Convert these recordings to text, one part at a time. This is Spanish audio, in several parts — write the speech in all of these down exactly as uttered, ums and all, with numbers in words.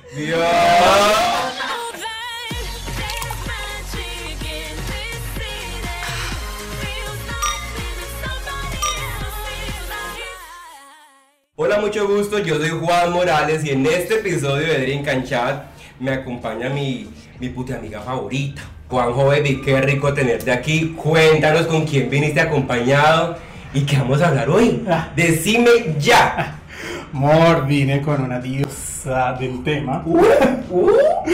Dios. Hola, mucho gusto, yo soy Juan Morales y en este episodio de Drink and Chat me acompaña mi, mi puta amiga favorita, Juanjo Baby. Qué rico tenerte aquí. Cuéntanos con quién viniste acompañado y qué vamos a hablar hoy. Decime ya. Amor, vine con una diosa del tema. Uh, uh.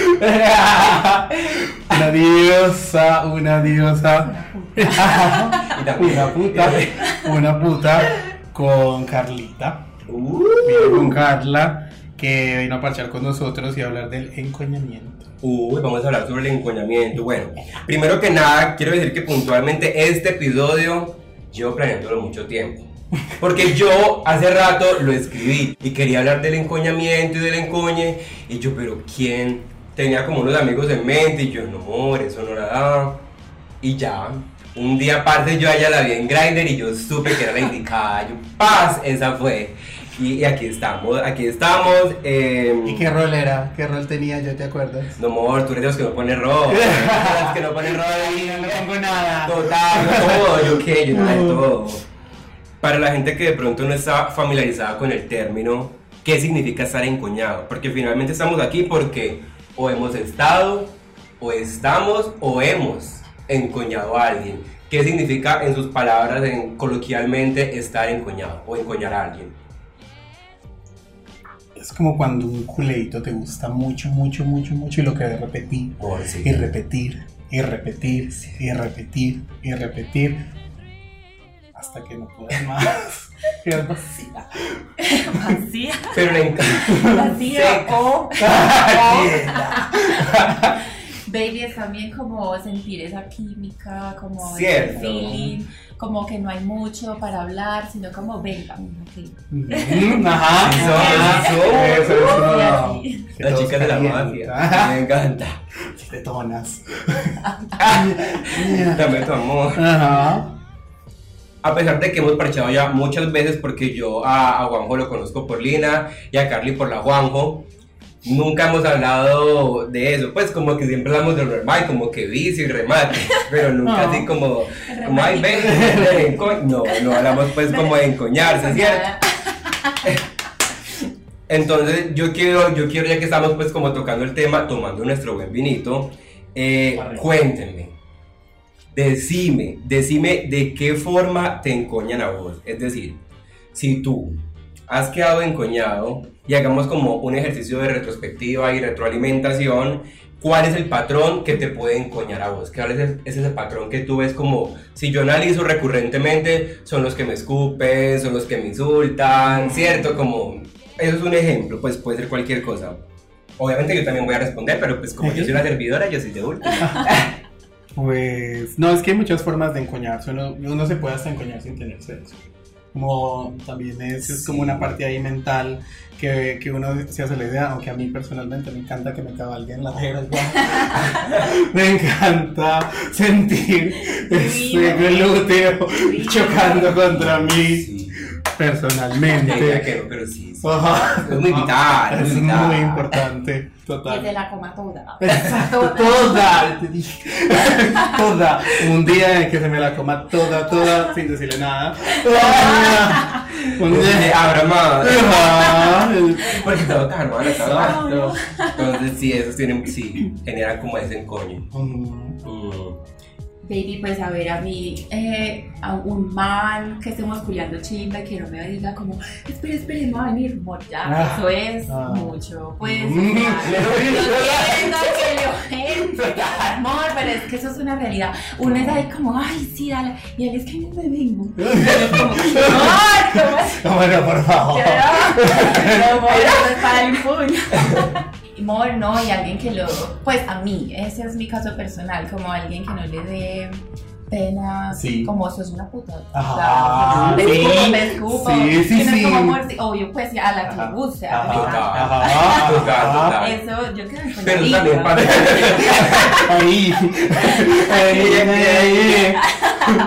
Una diosa, una diosa. Una puta. Una puta con Carlita. Uh. Vine con Carla, que vino a parchar con nosotros y a hablar del encoñamiento. Uy, vamos a hablar sobre el encoñamiento. Bueno, primero que nada, quiero decir que puntualmente este episodio llevo planeándolo mucho tiempo. Porque yo hace rato lo escribí y quería hablar del encoñamiento y del encoñe. Y yo, pero ¿quién? Tenía como unos amigos en mente y yo, no, amor, eso no la da. Y ya, un día aparte yo a ella la vi en Grindr y yo supe que era la indicada. Yo, paz, esa fue. Y, y aquí estamos, aquí estamos. Eh, ¿Y qué rol era? ¿Qué rol tenía? ¿Ya te acuerdas? No, amor, tú eres de los que no pone rol. Tú eres de los que no pone rol ahí. No pongo nada. Total, no todo, yo qué, yo nada de todo. Para la gente que de pronto no está familiarizada con el término, ¿qué significa estar encoñado? Porque finalmente estamos aquí porque o hemos estado, o estamos, o hemos encoñado a alguien. ¿Qué significa en sus palabras, en, coloquialmente, estar encoñado o encoñar a alguien? Es como cuando un culeito te gusta mucho, mucho, mucho, mucho y lo quieres repetir. Oh, sí. Y repetir, y repetir, y repetir, y repetir. Hasta que no puedes más. Quedas vacía. Vacía. Pero le encanta. Vacía o. Quieta. Baby, es también como sentir esa química, como Cierto. ese feeling, como que no hay mucho para hablar, sino como venga, aquí. Mm, Ajá. Sí, son, Ajá. sí, son. Eso es Y una- así. que Las todos chicas de la calientan. mafia. Me encanta. Si te tonas. Dame tu amor. Ajá. A pesar de que hemos parchado ya muchas veces, porque yo a, a Juanjo lo conozco por Lina y a Carly por la Juanjo, nunca hemos hablado de eso. Pues como que siempre hablamos de lo normal, como que vicio y remate, pero nunca No. así como, como ay, ven, ven, ven, no, no hablamos pues como de encoñarse, ¿cierto? Entonces yo quiero, yo quiero ya que estamos pues como tocando el tema, tomando nuestro buen vinito, eh, cuéntenme. Decime, decime de qué forma te encoñan a vos. Es decir, si tú has quedado encoñado y hagamos como un ejercicio de retrospectiva y retroalimentación, ¿cuál es el patrón que te puede encoñar a vos? ¿Cuál es, el, es ese patrón que tú ves como, si yo analizo recurrentemente, son los que me escupen, son los que me insultan, ¿cierto? Como, eso es un ejemplo, pues puede ser cualquier cosa. Obviamente yo también voy a responder, pero pues como yo soy una servidora, yo soy de última. Pues, no, es que hay muchas formas de encoñarse. Uno, uno se puede hasta encoñar sin tener sexo. Como también es, es como una parte ahí mental que, que uno se hace la idea, aunque a mí personalmente me encanta que me cabalguen las veras. Me encanta sentir ese glúteo chocando contra mí Sí. personalmente. Ella que no, pero sí, sí. Ajá. Es muy vital, es Es muy vital. muy importante, Que total. te la coma toda. Exacto, toda, te dije. Toda. Un día en que se me la coma toda, toda, sin decirle nada. Ah, un Entonces, día. abra más. Ah, Porque todo está hermano, está No, no. vasto. Entonces, sí, esos tienen, sí, generan como ese encoño. mm, Mm. Baby, pues a ver, a mí, eh, a un man que estemos culiando chimba y que no me diga como, espere, espere, no va a venir, amor, ya, Ah, eso es ah. mucho, pues, Mm. o sea, yo entiendo que le ofende, amor, pero es que eso es una realidad, uno es ahí como, ay, sí, dale, y él es que no me vengo, y es como, amor, ¿cómo es? bueno, por favor. No, amor, no es para el puño. Amor, no, y alguien que lo, pues a mí, ese es mi caso personal, como alguien que no le dé pena, Sí. como sos una puta. Ajá, Me sí, escupo, me escupo. sí, sí, que no es sí. como amor, sí, obvio, pues a la que Ajá, le guste. ajá, a mí, Total, ajá, total, total. eso, yo quedo con Pero el también libro. para... Ahí, ahí,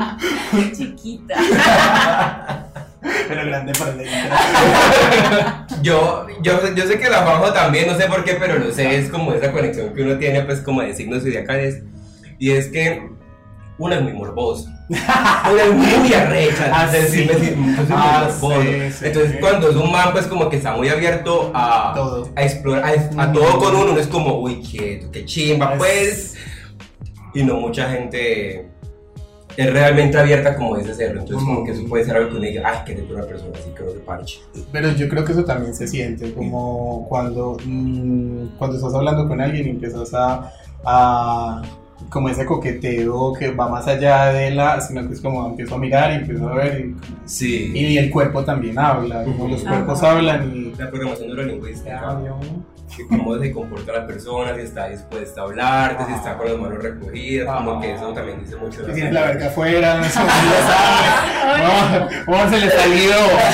ahí. Chiquita. Pero grande por dentro. Yo, yo, yo sé que la Juanjo también, no sé por qué, pero lo sé, es como esa conexión que uno tiene, pues, como de signos zodiacales. Y es que una es muy morbosa, una es muy arrecha, Ah, es decir, sí. yo soy muy Ah, morboso. sí, sí, Entonces, sí. cuando es un man, pues, como que está muy abierto a, Todo. a explorar, a, a todo con uno, uno es como, uy, quieto, qué chimba, Es- pues. Y no mucha gente es realmente abierta como dice serlo. Entonces, como que eso puede ser algo que uno diga, ay, que de una persona así, creo que parche. Pero yo creo que eso también se siente, como cuando, mmm, cuando estás hablando con alguien y empiezas a, a, como ese coqueteo que va más allá de la, sino que es como empiezo a mirar y empiezo a ver y, Sí. y el cuerpo también habla, como los Ajá. cuerpos hablan y... La programación neurolingüística. Ah, Dios. Que cómo se comporta la persona, si está dispuesta a hablar, si está con las manos recogidas, como Ajá. que eso también dice mucho de Que tiene la verga afuera, eso no lo sabe. No, ¿cómo se le salió?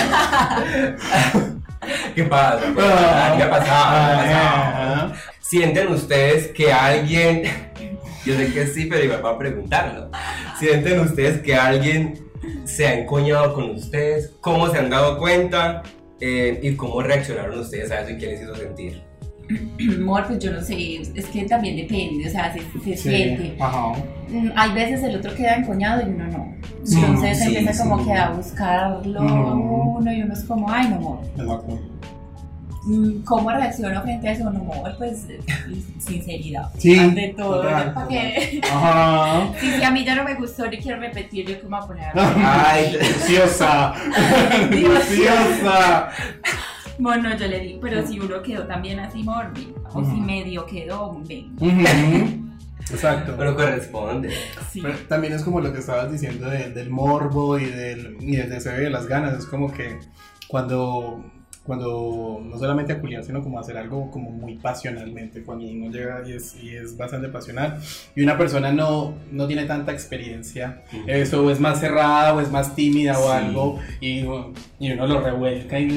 ¿Qué pasa? Ah. ¿Qué ha pasado? ¿Qué ha pasado? Ajá. ¿Sienten ustedes que alguien, yo sé que sí, pero igual va a preguntarlo, ¿sienten ustedes que alguien se ha encoñado con ustedes? ¿Cómo se han dado cuenta? Eh, ¿Y cómo reaccionaron ustedes a eso y qué les hizo sentir? Amor, pues yo no sé, es que también depende, o sea, se, se Sí, siente. ajá. Mm, Hay veces el otro queda encoñado y uno no. Sí, Entonces sí, empieza como sí. que a buscarlo a Ujú. uno y uno es como, ay, no, amor. Exacto. Mm, ¿Cómo reacciono frente a eso? No, amor, pues eh, sinceridad. Sí, Ante todo, total, ¿para qué? Ajá. Si, si a mí ya no me gustó ni quiero repetir, yo como a poner Ay, Deliciosa. Deliciosa. Bueno, yo le di, pero si uno quedó también así morbi, o si Ujú. medio quedó, ven. Ujú. Exacto. pero corresponde. Sí. Pero también es como lo que estabas diciendo de- del morbo y del, y del deseo y de las ganas. Es como que cuando, cuando no solamente a culiar, sino como hacer algo como muy pasionalmente. Cuando uno llega y es, y es bastante pasional y una persona no, no tiene tanta experiencia, eso o es más cerrada o es más tímida o Sí. algo y, y uno lo revuelca y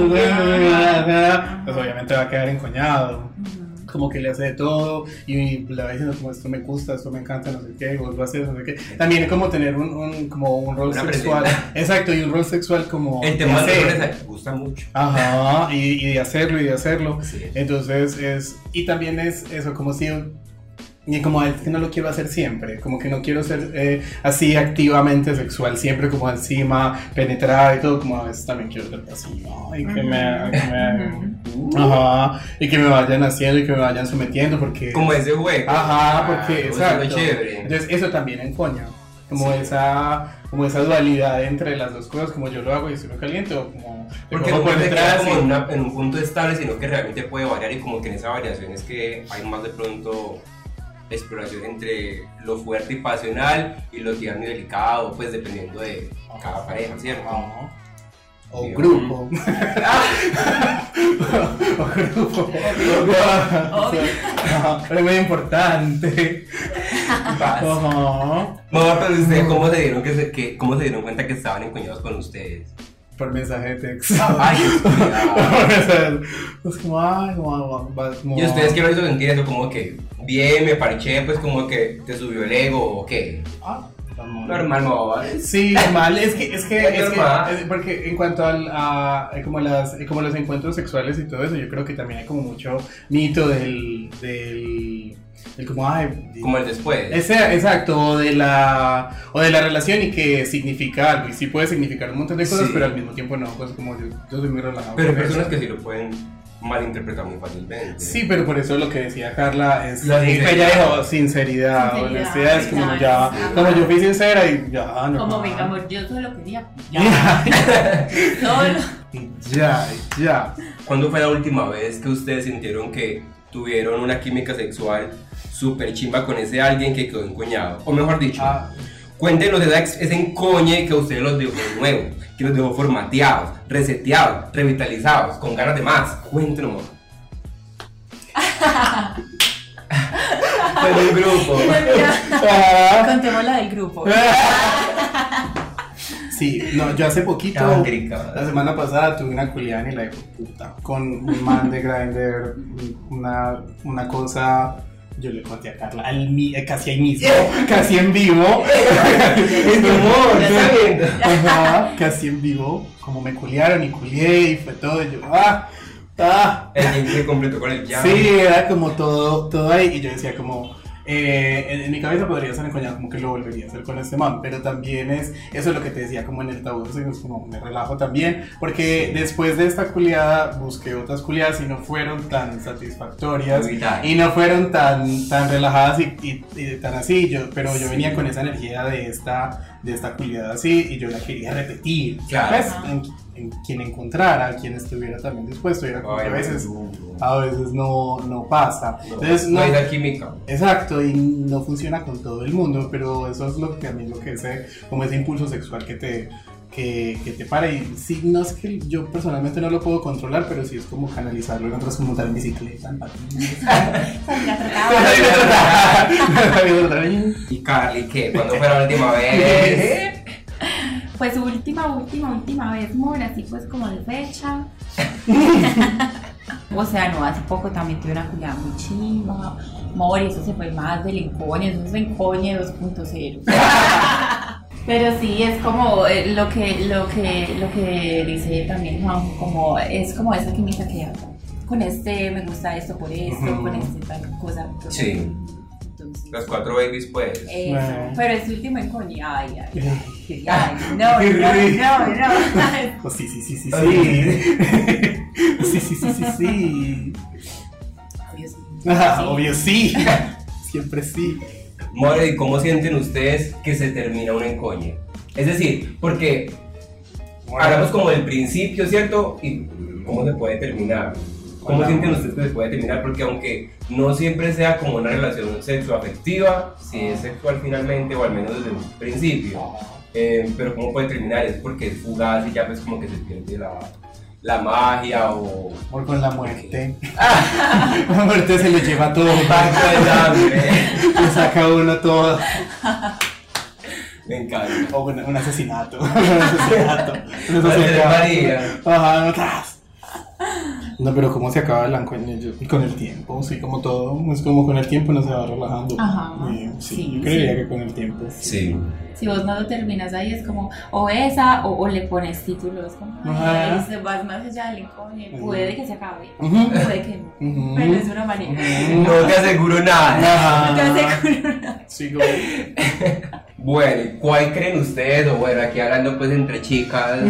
pues obviamente va a quedar encoñado. Ujú. Como que le hace de todo y le va diciendo como esto me gusta, esto me encanta, no sé qué, y vos lo haces, no sé qué. También es como tener un, un, como un rol Una sexual. presión. Exacto, y un rol sexual como El de tema de hacer. los hombres gusta mucho. Ajá, y, y de hacerlo y de hacerlo. Sí. Entonces es, y también es eso, como si, y como es que no lo quiero hacer siempre, como que no quiero ser eh, así activamente sexual, siempre como encima, penetrar y todo, como a veces también quiero ser así, ¿no? Y que me, que me- ajá, y que me vayan haciendo y que me vayan sometiendo, porque... Como ese juego. Ajá, porque, Ah, eso es lo exacto. chévere. Entonces eso también encoña, como Sí. esa, como esa dualidad entre las dos cosas, como yo lo hago y estoy muy caliente, o como... Porque como no puede penetrar quedar como así. en, una- en un punto estable, sino que realmente puede variar y como que en esa variación es que hay más de pronto exploración entre lo fuerte y pasional y lo tierno y delicado, pues dependiendo de cada pareja, ¿cierto? Ajá. O Sí. grupo. o grupo. Obvio. Ajá, pero es muy importante. Paz. Ajá. Mamá, pero ustedes cómo se dieron que, se- que cómo se dieron cuenta que estaban encoñados con ustedes. Por mensaje de texto. Ay, cuidado. Es como, ay, como, como- ¿Y ustedes qué lo hizo sentir eso? Como que bien, me parché, pues como que te subió el ego o qué. Ah, normal. Normal, no, ¿vale? Sí, normal, es que, es que, Es es que normal. es- porque en cuanto al, a, eh, como las, eh, como los encuentros sexuales y todo eso, yo creo que también hay como mucho mito del, del, del como, ay, Como el después. ese, exacto, o de la, o de la relación y que significa algo, y sí puede significar un montón de cosas, Sí. pero al mismo tiempo no, pues como yo, yo soy muy relajado. Pero hay con personas eso. que sí lo pueden malinterpretar muy fácilmente. Sí, pero por eso lo que decía Carla es La que sinceridad. ella dijo sinceridad, Sinceridad, honestidad, es como exacto. ya, Ajá. como yo fui sincera y ya, no. Como venga, amor, yo solo quería. Ya. Solo. Y ya, y ya. ¿Cuándo fue la última vez que ustedes sintieron que tuvieron una química sexual súper chimba con ese alguien que quedó encoñado? O mejor dicho, Ah, cuéntenos esa ex- ese encoñe que a ustedes los dejó nuevos, que los dejó formateados, reseteados, revitalizados, con ganas de más. Cuéntenos. Fue el grupo. ah. Contemos la del grupo. Sí, no, yo hace poquito, Estaban gricadas. la semana pasada tuve una culiada y la de puta, con un man de Grindr, una, una cosa yo le conté a Carla, al mi, eh, casi ahí mismo, casi en vivo. Es mi amor, ¿está viendo? Ajá, casi en vivo, como me culiaron y culié y fue todo, y yo, ah, ah. El link se completó con el ya. Sí, era como todo, todo ahí, y yo decía como, eh, en, en mi cabeza podría ser encoñado como que lo volvería a hacer con este man, pero también es, eso es lo que te decía como en el tabú, es como me relajo también, porque después de esta culiada busqué otras culiadas y no fueron tan satisfactorias y no fueron tan, tan relajadas y, y, y tan así, yo, pero yo venía con esa energía de esta, de esta culiada así y yo la quería repetir, claro. ¿Ves? En, en quien encontrara, quien estuviera también dispuesto, y era como que a veces, a veces no, no pasa. No, Entonces, no no hay la química. Exacto, y no funciona con todo el mundo, pero eso es lo que a mí lo que es eh, como ese impulso sexual que te, que, que te para. Y sí, no es que yo personalmente no lo puedo controlar, pero sí es como canalizarlo en otras, como montar en bicicleta, en patines. ¿Y Carly qué? ¿Cuándo fue la última vez? Pues última, última, última vez, Mor, así pues como de fecha. O sea, no, hace poco también tuve una culiada muy chimba. Mor, eso se fue más del encoñe, eso es encoñe dos punto cero. Pero sí, es como eh, lo que, lo que, lo que dice también Juan, como, es como esa química que con este me gusta esto por esto, uh-huh. Con este tal cosa. Sí. Entonces, las cuatro babies, pues. Eso, bueno. Pero es último en coña, ay, ay, ay, ay, no, no, no, no. Oh, sí, sí, sí, sí, sí. Sí, sí, sí, sí, sí. Obvio sí. Ah, sí. Obvio sí. Siempre sí. More, ¿y cómo sienten ustedes que se termina un encoñe? Es decir, porque bueno. Hablamos como del principio, ¿cierto? Y cómo se puede terminar. ¿Cómo sienten ustedes que se puede terminar? Porque aunque no siempre sea como una relación sexoafectiva, si es sexual finalmente, o al menos desde un principio, eh, pero ¿cómo puede terminar? Es porque es fugaz y ya pues como que se pierde la, la magia o... O con la muerte. La muerte se le lleva todo. Banco de sangre. Le saca uno todo. Me encanta. O un, un asesinato. Un asesinato. Eso se María. Ajá, atrás. No, pero ¿cómo se acaba el encoñe? Con el tiempo, sí, como todo. Es como con el tiempo uno se va relajando. Ajá. Eh, sí, sí, yo creería sí. que con el tiempo. Sí. Si vos no lo terminas ahí, es como o esa o, o le pones títulos. Como, ay, se vas más allá del encoñe. Uh-huh. Puede que se acabe, uh-huh. Puede que no. Uh-huh. Pero es una manera. Uh-huh. No te aseguro nada. No te aseguro nada. Sí, como... Bueno, ¿cuál creen ustedes? O bueno, aquí hablando pues entre chicas.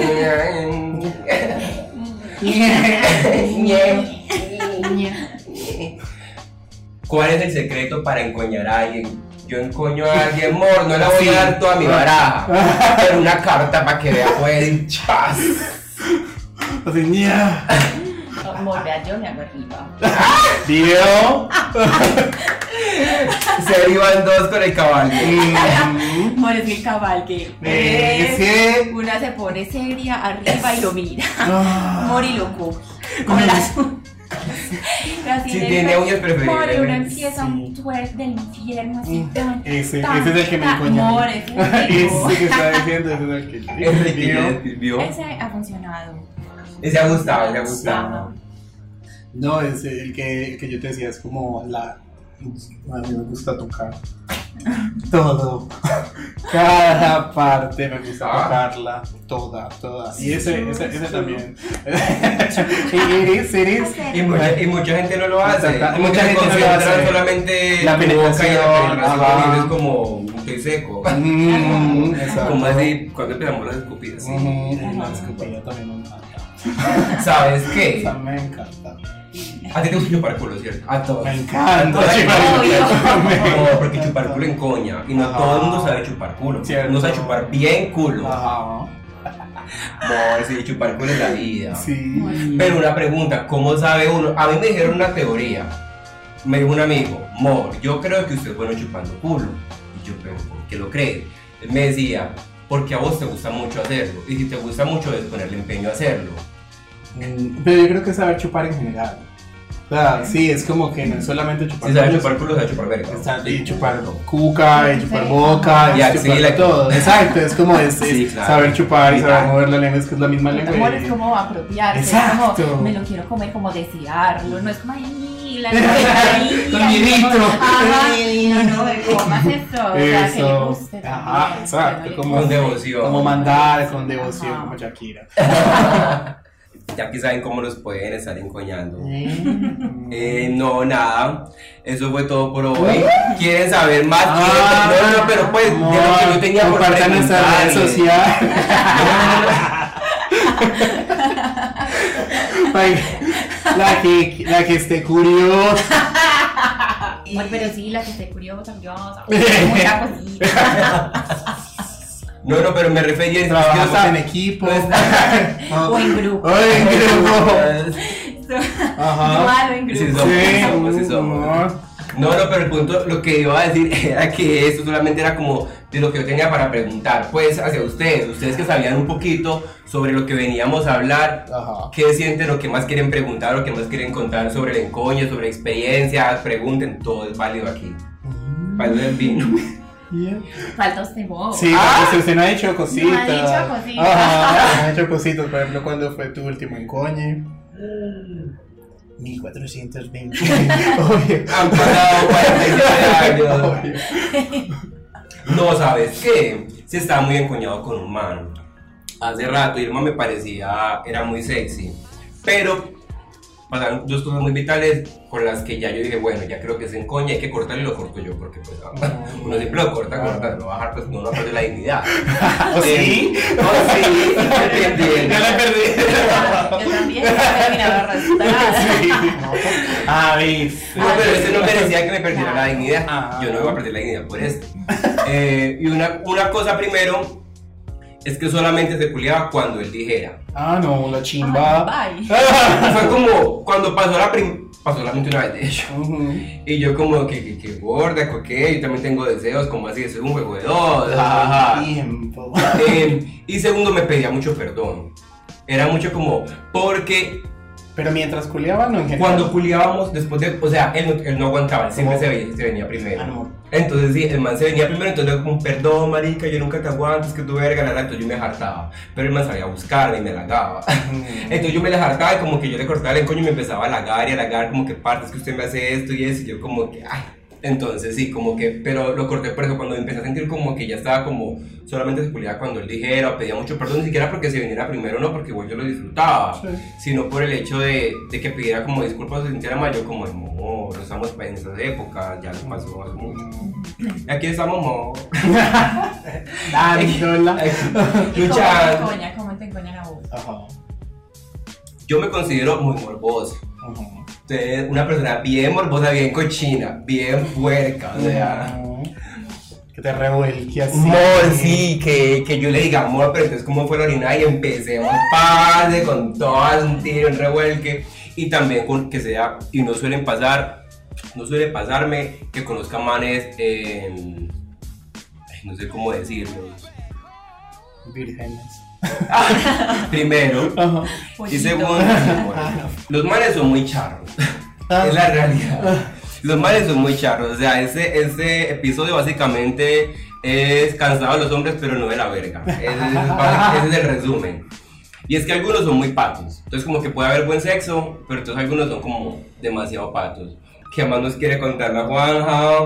¿Cuál es el secreto para encoñar a alguien? Yo encoño a alguien, amor, no le voy a dar toda mi baraja, pero una carta para que vea pues paz. Así, ña. Amor, vea, yo me hago arriba. ¿Vio? Se iban dos con el caballo. Amor, es que el cabalgue. ¿Sí? Una se pone seria arriba y lo mira. Amor, y lo coge. Con las si tiene uñas preferibles. Amor, uno empieza un twerk del infierno así. Tan, ese, tan, ese es el que me encoña. Amor, ese es ese que está diciendo, ese es el que es el que vio. Ese ha funcionado. Ese ha gustado, ese ha gustado. No, es el que, el que yo te decía, es como la... A mí me gusta tocar todo, cada parte me gusta ah. tocarla, toda, toda. Y ese, ese, ese también. Iris, Iris. Y mucha, y mucha gente no lo hace. Exacto. Mucha Mucha gente gente no lo hace. Solamente la penetración, y es como estoy seco. Mm, como así, cuando empezamos las escupidas. Sí. Mm, la escupida también me encanta. ¿Sabes qué? Esa me encanta. A ti te gusta chupar culo, ¿cierto? A todos. Me encanta chupar culo. No, porque chupar culo encoña. Y no ajá. Todo el mundo sabe chupar culo. Cierto. No sabe chupar bien culo. Ajá. No, sí, chupar culo es la vida. Sí. Pero una pregunta, ¿cómo sabe uno? A mí me dijeron una teoría. Me dijo un amigo, Mor, yo creo que usted es bueno chupando culo. Y yo, pero ¿por qué lo cree? Él me decía, porque a vos te gusta mucho hacerlo. Y si te gusta mucho, debes ponerle empeño a hacerlo. Pero yo creo que es saber chupar en general. O sea, sí, es como que no es solamente chupar. Si sabe chupar culo, sabe chupar verga. Exacto, y chupar cuca, y chupar boca, y, y chupar todo. Exacto, es como es, sí, es claro. Saber chupar y, y saber claro. mover la lengua, es que es la misma lengua. El amor es como apropiarse, exacto. Es como me lo quiero comer, como desearlo, no es como ay, la secretaría. Con miedito. Ajá, no, no, ¿cómo haces esto? O sea, que le guste. Ajá, también, exacto. que no le Como, Con devoción. Como mandar, con devoción, Ajá. como Shakira. Ya que saben cómo nos pueden estar encoñando. Mm. Eh, no, nada. Eso fue todo por hoy. ¿Quieren saber más? Ah, ¿Quieren? No, no, pero pues, de lo que yo tenía por compartan nuestra red preguntarles. social. La que, la que esté curiosa. Ay, pero sí, la que esté curiosa, curiosa. Mucha cosita. No, no, pero me refería a Trabajamos en equipo. O en grupo. O en grupo. Ajá. Igual o en grupo. Sí, somos, Sí, somos, sí, somos. no. No, no, pero el punto, lo que iba a decir era que esto solamente era como de lo que yo tenía para preguntar, pues hacia ustedes, ustedes que sabían un poquito sobre lo que veníamos a hablar, Ajá. qué sienten o qué más quieren preguntar o qué más quieren contar sobre el encoño, sobre experiencias, pregunten, todo es válido aquí. Para el vino. Bien. Falta usted, vos. Sí, Ah. porque usted no ha dicho cositas. No ha dicho cositas. Ajá, no ha dicho cositas. Por ejemplo, ¿cuándo fue tu último encoñe? mil cuatrocientos veinte. Obvio. Han pasado cuarenta y siete años. Obvio. No, ¿sabes qué? Se estaba muy encoñado con un man. Hace rato y el man me parecía, era muy sexy. Pero pasaron dos cosas muy vitales con las que ya yo dije, bueno, ya creo que se encoña, hay que cortarlo y lo corto yo, porque pues uno siempre lo corta, corta, lo va a bajar, pues no, no pierde la dignidad. ¿O sí? ¿O sí? Ya la perdí. Yo también he terminado arrastrada. Sí. Ah, ¿ves? No, pero ese no merecía que me perdiera la dignidad. Ah. Yo no iba a perder la dignidad por esto. Eh, y una, una cosa primero es que solamente se culiaba cuando él dijera. Ah, no, la chimba. Bye. Fue como cuando pasó la prim pasó solamente una vez de hecho. Ujú. Y yo como que, que, que gorda, que yo también tengo deseos, como así, eso es un juego de dos. Ajá. Tiempo. Eh, y segundo, me pedía mucho perdón. Era mucho como, porque Pero mientras culiaban, no en general. cuando culiábamos, después de, o sea, él no, él no aguantaba, él siempre Oh. se, venía, se venía primero. Ah, no. Entonces sí, el man se venía primero, entonces yo como, perdón marica, yo nunca te aguanto, es que tú verga, la, la, entonces yo me hartaba. Pero el man sabía buscarme y me halagaba. Entonces yo me la hartaba y como que yo le cortaba el encoño y me empezaba a halagar y a halagar como que partes que usted me hace esto y eso, y yo como que, ay. Entonces sí, como que, pero lo corté por eso, cuando empecé a sentir como que ya estaba como, solamente se culiaba cuando él dijera o pedía mucho perdón, ni siquiera porque se viniera primero, no, porque igual yo lo disfrutaba, Sí. sino por el hecho de, de que pidiera como disculpas o se sintiera mal, yo como, no, no estamos en esas épocas, ya lo pasó hace mucho. Y aquí estamos, mo. Dándola. ¿Y cómo te Luchando. encoña? ¿Cómo te encoñan a vos? Ajá. Yo me considero muy morboso. Ajá. Usted, una persona bien morbosa, bien cochina, bien puerca, o sea. Ajá. Que te revuelque así. Amor, sí, que, que yo le diga amor, pero entonces cómo fue la orina y empecemos pase con todas un tiro, un revuelque y también con que sea, y no suelen pasar, no suele pasarme que conozca manes, eh, no sé cómo decirlo, Vírgenes. primero, Ajá. y Pollito. segundo, los manes son muy charros, Ah. es la realidad. Los manes son muy charros, o sea, ese, ese episodio básicamente es cansado de los hombres, pero no de la verga. Ese es, ese es el resumen. Y es que algunos son muy patos, entonces como que puede haber buen sexo, pero entonces algunos son como demasiado patos. ¿Qué más nos quiere contar la Juanja?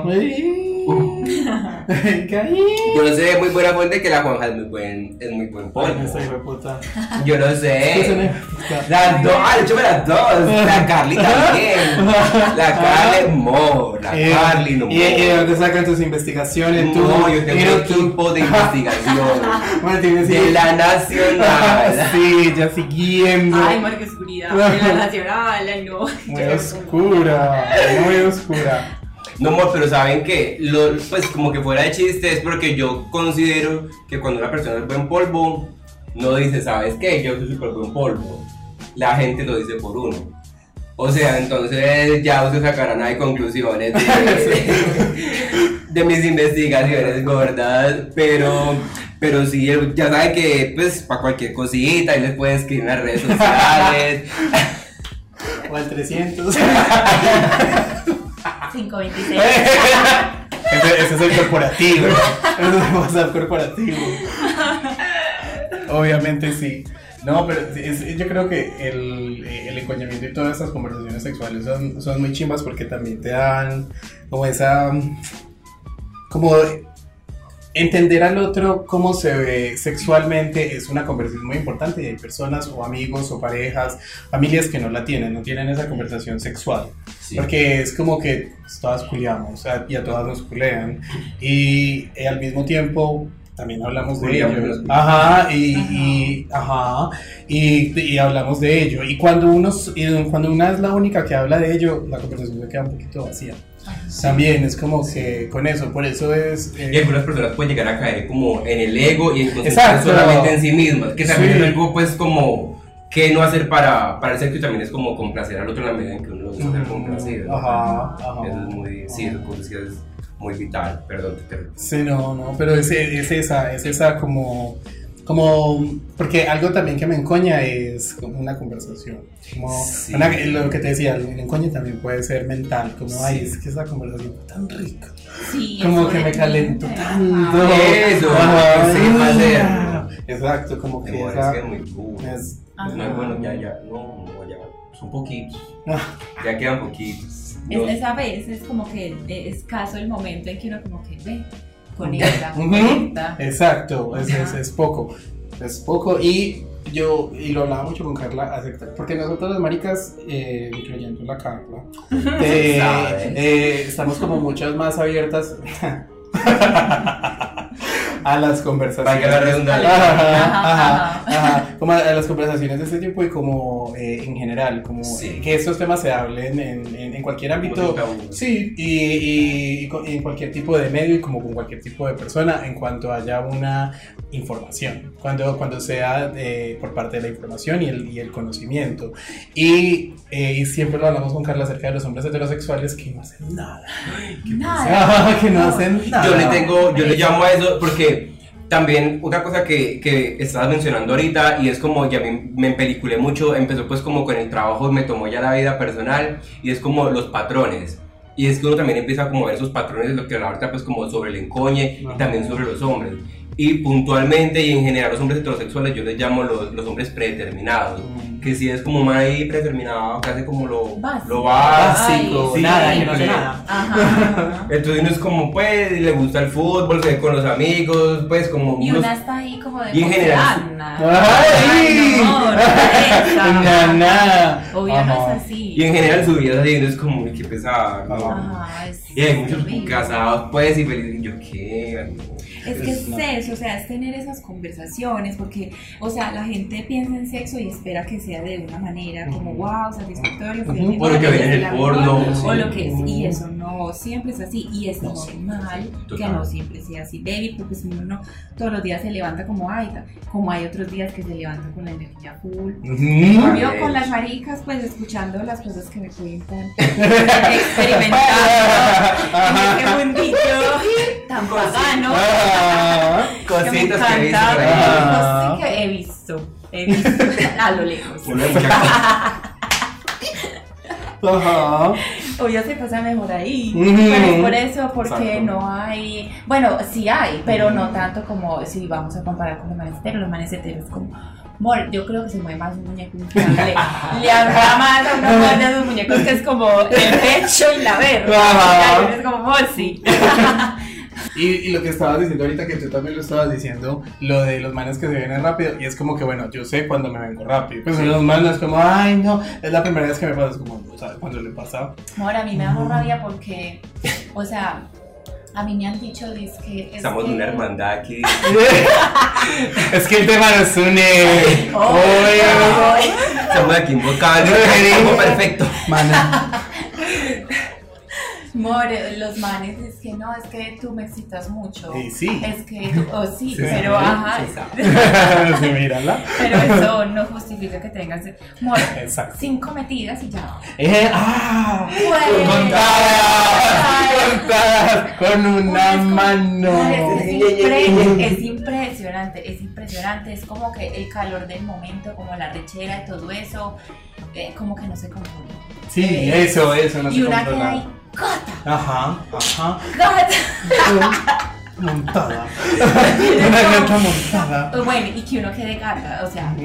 Ay, caí. Yo sé, muy buena fuente que la Juanja es muy buen, es muy buen polvo. Ay, esa hijo de puta. Yo no Esa hijo sé. de puta. Las dos, ah, de hecho las dos. La Carly también. La Carly Mo, la Eh, Carly no ¿Y y de dónde sacan tus investigaciones? Tú, No, yo tengo y un tú- equipo de investigación Bueno, tienes de la Nacional. Sí, ya siguiendo. Ay, mar, qué oscuridad. De la nacional, ay, no. Muy oscura, muy oscura. No, amor, pero ¿saben qué? Lo, pues como que fuera de chiste es porque yo considero que cuando una persona es buen polvo, no dice, ¿sabes qué? Yo soy súper buen polvo. La gente lo dice por uno. O sea, entonces ya ustedes sacarán ahí conclusiones de, de mis investigaciones gordas, pero, pero sí, ya saben que pues para cualquier cosita, ahí les pueden escribir en las redes sociales. O al trescientos. cinco veintiséis. Ese, ese es el corporativo. Ese es el WhatsApp corporativo. Obviamente sí. No, pero es, yo creo que el, el encoñamiento y todas estas conversaciones sexuales son, son muy chimbas porque también te dan como esa, como entender al otro cómo se ve sexualmente es una conversación muy importante y hay personas o amigos o parejas, familias que no la tienen, no tienen esa conversación sexual. Sí. Porque es como que todas culiamos y a todas nos culean y, y al mismo tiempo también hablamos de ello. Ajá, y, ajá. Y, ajá, y, y hablamos de ello. Y cuando, uno, y cuando una es la única que habla de ello, la conversación se queda un poquito vacía. Sí. También es como que con eso, por eso es... Eh... Y algunas personas pueden llegar a caer como en el ego y en concentrarse solamente en sí mismas. Que también sí. Es algo pues como... ¿Qué no hacer para, para el sexo? Y también es como complacer al otro en la medida en que uno lo gusta ser complacido, ¿no? Ajá, ajá. Eso es muy... Sí, eso como decías, es muy vital, perdón, te interrumpí. Sí, no, no, pero es, es esa, es esa como... Como, porque algo también que me encoña es una conversación, como sí. Una, lo que te decía, el encoñe también puede ser mental, como, sí. Ay, es que esa conversación fue tan rica, sí, como que me calento tanto, eso, ah, sí, ah, exacto, como que no, esa, es, que es muy duro, es, no, bueno, ya, ya, no, no, ya, son poquitos, ya quedan poquitos. Es, esa vez es como que es escaso el momento en que uno como que ve. Conecta, uh-huh. Conecta. Exacto, es, es, es poco, es poco y yo, y lo hablaba mucho con Carla, acepta, porque nosotros las maricas, eh, incluyendo la Carla, eh, eh, estamos como muchas más abiertas a las conversaciones. Vaya la redundancia. Ajá, ajá, ajá, como a, a las conversaciones de este tipo y como eh, en general, como sí. eh, que estos temas se hablen en, en, en cualquier ámbito, sí, y, y, y en cualquier tipo de medio y como con cualquier tipo de persona en cuanto haya una información, cuando, cuando sea eh, por parte de la información y el, y el conocimiento. Y, eh, y siempre lo hablamos con Carla acerca de los hombres heterosexuales que no hacen nada. Nada. Que no hacen nada. Yo le tengo, yo le llamo a eso porque también otra cosa que, que estabas mencionando ahorita y es como ya me, me empeliculé mucho, empezó pues como con el trabajo, me tomó ya la vida personal y es como los patrones. Y es que uno también empieza como a ver esos patrones de lo que hablaba ahorita pues como sobre el encoñe y también sobre los hombres. Y puntualmente y en general los hombres heterosexuales yo les llamo los, los hombres predeterminados. Mm. Que si es como un man ahí predeterminado, que hace como lo básico, lo básico sí, nada, que no hace nada. Ajá. Entonces uno es como pues, le gusta el fútbol, se ve con los amigos, pues como... Y unos... una está ahí como de... Y en general... ¡Ay! No, nada. Obvio no es así. Y en general su vida así, no es como, qué pesado, ¿no? Ajá, es y hay muchos horrible. Casados pues y felices, yo qué... Es que es eso, o sea, es tener esas conversaciones, porque, o sea, la gente piensa en sexo y espera que sea de una manera como, wow, satisfactorio, uh-huh. O lo que ven en el porno. O lo que es, y eso no siempre es así, y es normal que no siempre sea así, baby, porque si uno no, todos los días se levanta como, ay, como hay otros días que se levanta con la energía full. Uh-huh. Obvio, con las maricas, pues, escuchando las cosas que me cuentan, experimentando en este mundillo tan pagano. Ah, cositas que, que he visto por ahí. Ah. Que he visto, he visto a lo lejos. Ajá. Obvio se pasa mejor ahí, mm-hmm. Pero es por eso, porque exacto. No hay, bueno, sí hay, pero mm-hmm. No tanto como si vamos a comparar con los manes heteros, los manes heteros como, amor, yo creo que se mueve más un muñeco inflable, le habla más a uno de esos muñecos que es como el pecho y la verga, es como, amor, sí. Y, y lo que estabas diciendo ahorita, que tú también lo estabas diciendo, lo de los manes que se vienen rápido, y es como que, bueno, yo sé cuando me vengo rápido. Pues sí. Los manes como, ay, no, es la primera vez que me pasa, es como, ¿sabes cuándo le pasa? Ahora, a mí me da uh-huh. rabia porque, o sea, a mí me han dicho, dice que... Es Estamos en una hermandad aquí. Es que el tema nos une. Oye, estamos aquí invocando, estamos perfecto. Mana. More, los manes es que no, es que tú me excitas mucho. Sí, sí. Es que tú, oh sí, sí pero sí, ajá. Sí, mírala. Pero eso no justifica que tengas, more, exacto. Cinco metidas y ya. Eh, ah, pues, contadas, contadas, con una es mano. Es, impre- es impresionante, es impresionante. Es como que el calor del momento, como la rechera y todo eso, eh, como que no se controla. Sí, eh, eso, eso no se controla. Y una que hay gata. Ajá, ajá. Gata. montada. Una gata montada. Pues bueno, y que uno quede gata, o sea,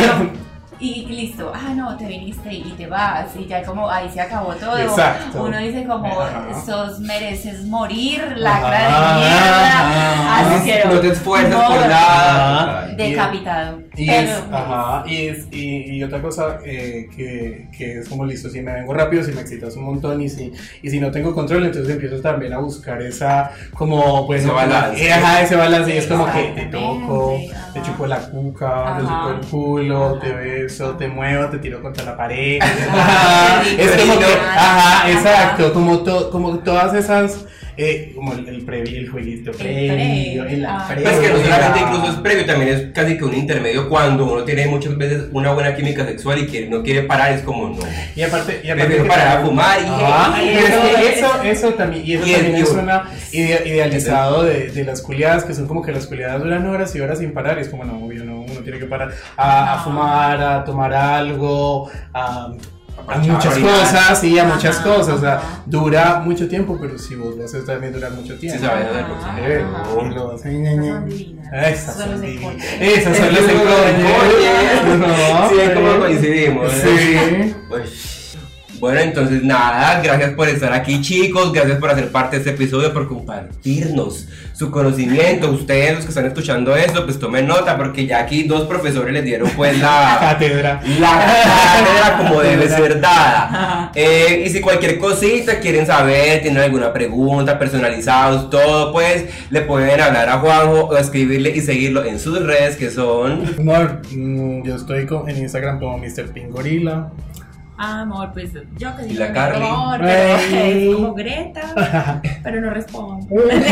y listo, ah no, te viniste y te vas, y ya como ahí se acabó todo. Exacto. Uno dice como, Ajá. sos mereces morir, lacra de mierda, asqueroso. No te esfuerzas No, por nada. Decapitado. Y, Pero, es, ajá, y, es, y, y otra cosa eh, que, que es como listo, si me vengo rápido, si me excitas un montón y si, y si no tengo control, entonces empiezo también a buscar esa, como, pues, Ese no, balance. eh, ajá, ese balance, y es como que te Exactamente, toco, ajá. te chupo la cuca, te Ajá. chupo el culo, Ajá. te beso, te muevo, te tiro contra la pared. Ajá, Ajá, qué es como que, rico. ajá, Ajá. exacto, como, to, como todas esas, eh, como el, el previo, el jueguito previo, previo, el ah. previo. Pues que no solamente incluso es previo, también es casi que un intermedio cuando uno tiene muchas veces una buena química sexual y que no quiere parar, es como no. Y aparte, y aparte Prefiero que parar a también- fumar y, Ah, y- pero es que eso- eso, eso también, y eso y el- también y- es una ide- idealizado de, de las culiadas, que son como que las culiadas duran horas y horas sin parar, y es como, no, obvio, no, uno tiene que parar a, a No. fumar, a tomar algo, a, a parchar, muchas orinar. cosas, sí, a Ajá, muchas cosas, o sea, ajá. dura mucho tiempo, pero si vos lo haces también dura mucho Sí, tiempo. sabes, Ajá. Eh, no. y lo haces, Esas son divinas. Esas Son los son encoñes. divinas. Esas son los Los encoñes. encoñes. No, Sí, es como pero- coincidimos. Sí. Pues, bueno, entonces nada, gracias por estar aquí, chicos, gracias por hacer parte de este episodio, por compartirnos su conocimiento. Ustedes, los que están escuchando esto, pues tomen nota, porque ya aquí dos profesores les dieron pues la Cátedra. la cátedra como debe ser dada. Eh, y si cualquier cosita quieren saber, tienen alguna pregunta, personalizados, todo, pues le pueden hablar a Juanjo o escribirle y seguirlo en sus redes, que son... Amor, mm, yo estoy con- en Instagram como mister Pingorila. Ah, amor, pues yo que Y digo la mi Carly. amor, pero Ay. es como Greta, pero no respondo.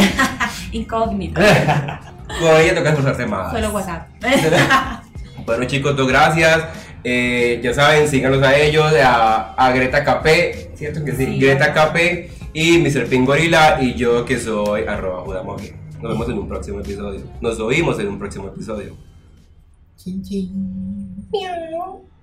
Incógnito. Con ella toca esforzarse más. Solo WhatsApp. Bueno, chicos, dos gracias. Eh, ya saben, síganos a ellos, a, a Greta K P, ¿cierto que sí? Sí, Greta ajá. K P y mister Pingorila y yo que soy arroba Judamogue. Nos vemos en un próximo episodio. Nos oímos en un próximo episodio. Chin, chin. Miau.